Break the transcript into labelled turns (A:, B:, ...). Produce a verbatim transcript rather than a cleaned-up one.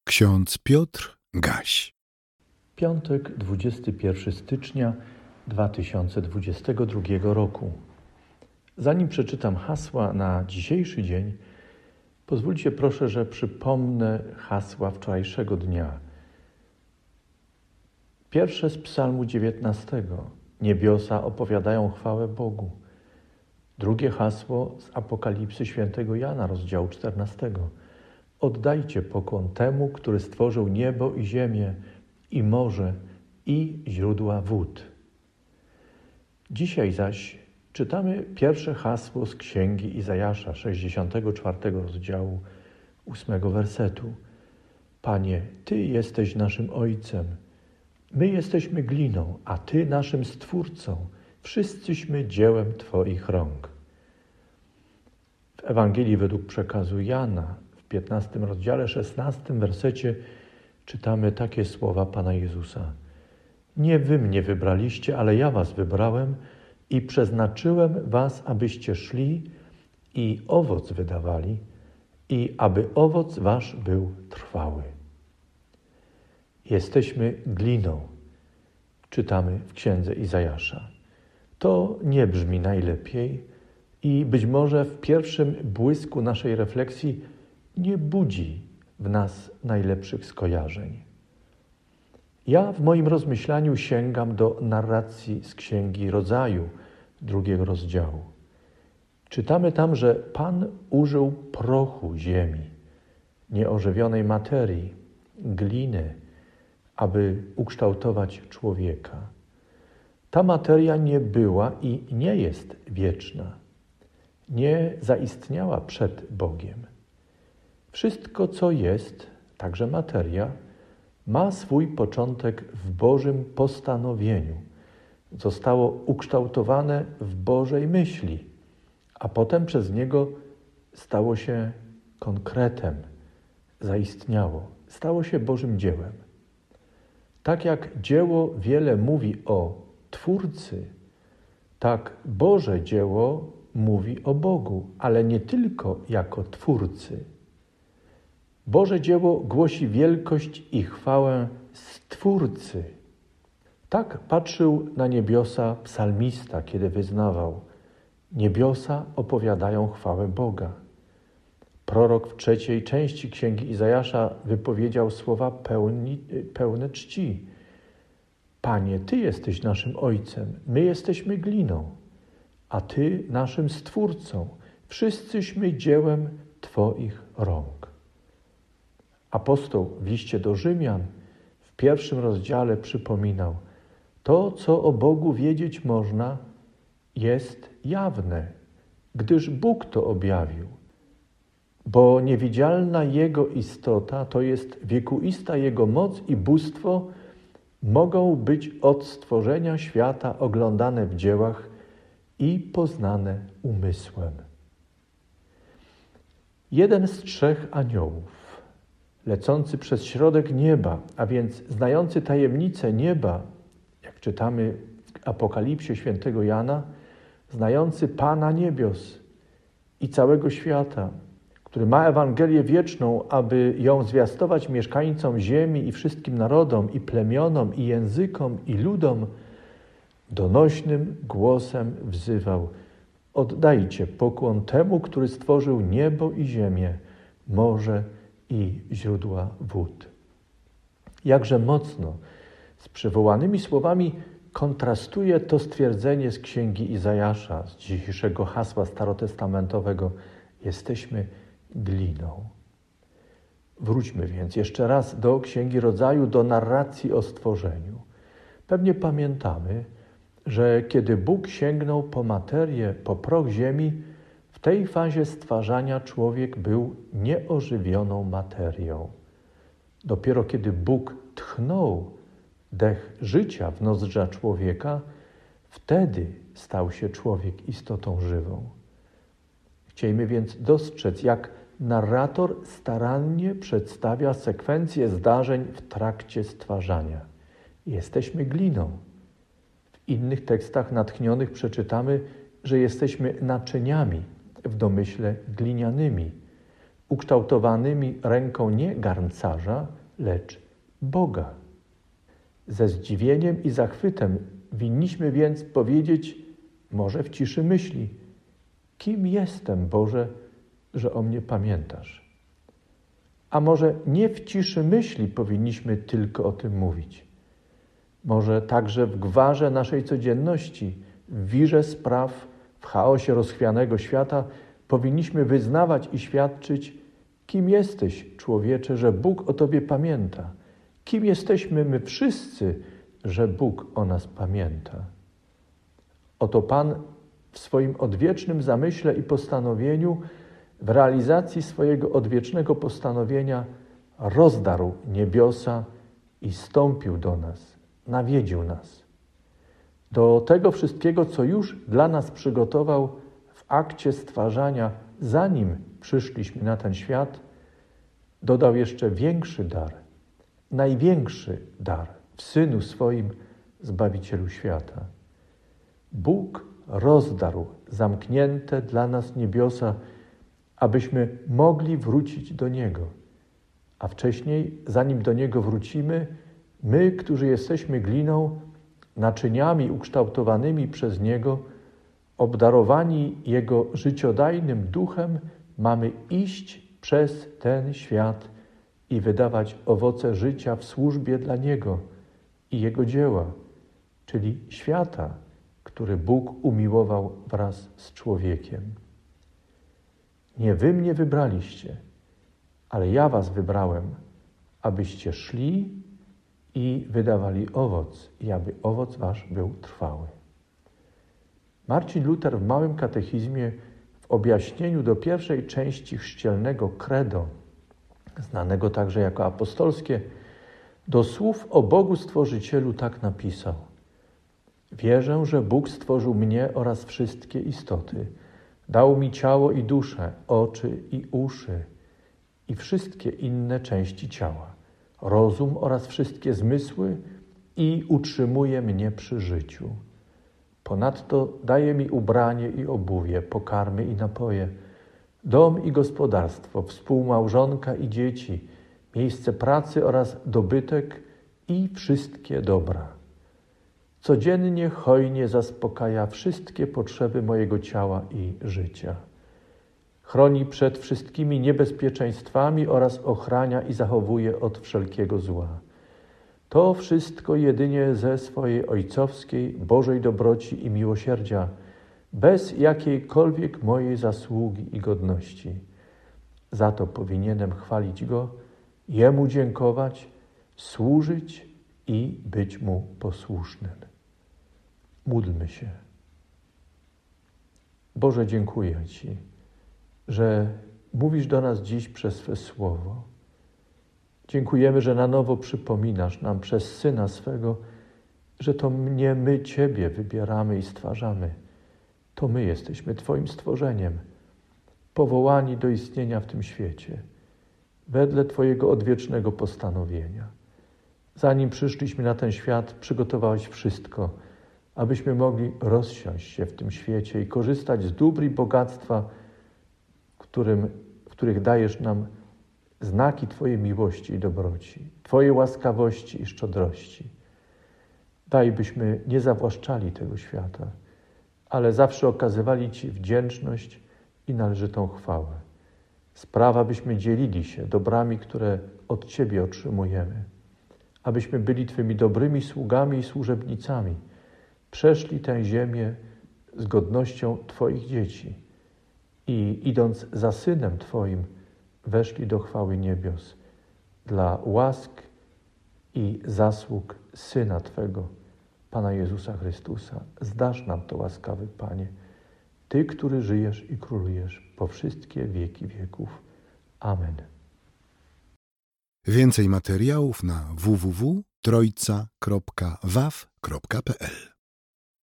A: Ksiądz Piotr Gaś.
B: Piątek, dwudziestego pierwszego stycznia dwa tysiące dwudziestego drugiego roku. Zanim przeczytam hasła na dzisiejszy dzień, pozwólcie proszę, że przypomnę hasła wczorajszego dnia. Pierwsze z Psalmu dziewiętnastego. Niebiosa opowiadają chwałę Bogu. Drugie hasło z Apokalipsy świętego Jana, rozdziału czternastego. Oddajcie pokłon temu, który stworzył niebo i ziemię, i morze, i źródła wód. Dzisiaj zaś czytamy pierwsze hasło z Księgi Izajasza, sześćdziesiątego czwartego rozdziału, ósmego wersetu. Panie, Ty jesteś naszym Ojcem, my jesteśmy gliną, a Ty naszym Stwórcą, wszyscyśmy dziełem Twoich rąk. W Ewangelii według przekazu Jana, w piętnastym rozdziale, szesnastym wersecie czytamy takie słowa Pana Jezusa. Nie wy mnie wybraliście, ale ja was wybrałem i przeznaczyłem was, abyście szli i owoc wydawali, i aby owoc wasz był trwały. Jesteśmy gliną, czytamy w Księdze Izajasza. To nie brzmi najlepiej i być może w pierwszym błysku naszej refleksji nie budzi w nas najlepszych skojarzeń. Ja w moim rozmyślaniu sięgam do narracji z Księgi Rodzaju, drugiego rozdziału. Czytamy tam, że Pan użył prochu ziemi, nieożywionej materii, gliny, aby ukształtować człowieka. Ta materia nie była i nie jest wieczna. Nie zaistniała przed Bogiem. Wszystko, co jest, także materia, ma swój początek w Bożym postanowieniu. Zostało ukształtowane w Bożej myśli, a potem przez Niego stało się konkretem, zaistniało, stało się Bożym dziełem. Tak jak dzieło wiele mówi o Twórcy, tak Boże dzieło mówi o Bogu, ale nie tylko jako Twórcy. Boże dzieło głosi wielkość i chwałę Stwórcy. Tak patrzył na niebiosa psalmista, kiedy wyznawał: niebiosa opowiadają chwałę Boga. Prorok w trzeciej części Księgi Izajasza wypowiedział słowa pełni, pełne czci. Panie, Ty jesteś naszym Ojcem, my jesteśmy gliną, a Ty naszym Stwórcą, wszyscyśmy dziełem Twoich rąk. Apostoł w liście do Rzymian w pierwszym rozdziale przypominał: to, co o Bogu wiedzieć można, jest jawne, gdyż Bóg to objawił. Bo niewidzialna Jego istota, to jest wiekuista Jego moc i bóstwo, mogą być od stworzenia świata oglądane w dziełach i poznane umysłem. Jeden z trzech aniołów, lecący przez środek nieba, a więc znający tajemnice nieba, jak czytamy w Apokalipsie świętego Jana, znający Pana niebios i całego świata, który ma Ewangelię wieczną, aby ją zwiastować mieszkańcom ziemi i wszystkim narodom, i plemionom, i językom, i ludom, donośnym głosem wzywał: oddajcie pokłon temu, który stworzył niebo i ziemię, morze i źródła wód. Jakże mocno z przywołanymi słowami kontrastuje to stwierdzenie z Księgi Izajasza, z dzisiejszego hasła starotestamentowego: jesteśmy gliną. Wróćmy więc jeszcze raz do Księgi Rodzaju, do narracji o stworzeniu. Pewnie pamiętamy, że kiedy Bóg sięgnął po materię, po proch ziemi, w tej fazie stwarzania człowiek był nieożywioną materią. Dopiero kiedy Bóg tchnął dech życia w nozdrza człowieka, wtedy stał się człowiek istotą żywą. Chciejmy więc dostrzec, jak narrator starannie przedstawia sekwencję zdarzeń w trakcie stwarzania. Jesteśmy gliną. W innych tekstach natchnionych przeczytamy, że jesteśmy naczyniami, w domyśle glinianymi. ukształtowanymi ręką nie garncarza, lecz Boga. Ze zdziwieniem i zachwytem winniśmy więc powiedzieć, może w ciszy myśli: kim jestem, Boże, że o mnie pamiętasz? A może nie w ciszy myśli powinniśmy tylko o tym mówić? Może także w gwarze naszej codzienności, w wirze spraw, w chaosie rozchwianego świata powinniśmy wyznawać i świadczyć, kim jesteś, człowiecze, że Bóg o Tobie pamięta. Kim jesteśmy my wszyscy, że Bóg o nas pamięta. Oto Pan w swoim odwiecznym zamyśle i postanowieniu, w realizacji swojego odwiecznego postanowienia rozdarł niebiosa i stąpił do nas, nawiedził nas. Do tego wszystkiego, co już dla nas przygotował w akcie stwarzania, zanim przyszliśmy na ten świat, dodał jeszcze większy dar, największy dar w Synu swoim, Zbawicielu świata. Bóg rozdarł zamknięte dla nas niebiosa, abyśmy mogli wrócić do Niego. A wcześniej, zanim do Niego wrócimy, my, którzy jesteśmy gliną, naczyniami ukształtowanymi przez Niego, obdarowani Jego życiodajnym duchem, mamy iść przez ten świat i wydawać owoce życia w służbie dla Niego i Jego dzieła, czyli świata, który Bóg umiłował wraz z człowiekiem. Nie wy mnie wybraliście, ale ja was wybrałem, abyście szli i wydawali owoc, i aby owoc wasz był trwały. Marcin Luter w Małym Katechizmie w objaśnieniu do pierwszej części chrzcielnego Credo, znanego także jako apostolskie, do słów o Bogu Stworzycielu tak napisał: wierzę, że Bóg stworzył mnie oraz wszystkie istoty. Dał mi ciało i duszę, oczy i uszy i wszystkie inne części ciała, rozum oraz wszystkie zmysły i utrzymuje mnie przy życiu. Ponadto daje mi ubranie i obuwie, pokarmy i napoje, dom i gospodarstwo, współmałżonka i dzieci, miejsce pracy oraz dobytek i wszystkie dobra. Codziennie hojnie zaspokaja wszystkie potrzeby mojego ciała i życia. Chroni przed wszystkimi niebezpieczeństwami oraz ochrania i zachowuje od wszelkiego zła. To wszystko jedynie ze swojej ojcowskiej, Bożej dobroci i miłosierdzia, bez jakiejkolwiek mojej zasługi i godności. Za to powinienem chwalić Go, Jemu dziękować, służyć i być Mu posłusznym. Módlmy się. Boże, dziękuję Ci, że mówisz do nas dziś przez swe słowo. Dziękujemy, że na nowo przypominasz nam przez Syna swego, że to nie my Ciebie wybieramy i stwarzamy. To my jesteśmy Twoim stworzeniem, powołani do istnienia w tym świecie, wedle Twojego odwiecznego postanowienia. Zanim przyszliśmy na ten świat, przygotowałeś wszystko, abyśmy mogli rozsiąść się w tym świecie i korzystać z dóbr i bogactwa, w, którym, w których dajesz nam znaki Twojej miłości i dobroci, Twojej łaskawości i szczodrości. Daj, byśmy nie zawłaszczali tego świata, ale zawsze okazywali Ci wdzięczność i należytą chwałę. Sprawa, byśmy dzielili się dobrami, które od Ciebie otrzymujemy, abyśmy byli Twymi dobrymi sługami i służebnicami, przeszli tę ziemię z godnością Twoich dzieci i idąc za Synem Twoim, weszli do chwały niebios dla łask i zasług Syna Twego, Pana Jezusa Chrystusa. Zdasz nam to, łaskawy Panie, Ty, który żyjesz i królujesz po wszystkie wieki wieków. Amen.
A: Więcej materiałów na w w w kropka trojca kropka w a w kropka p l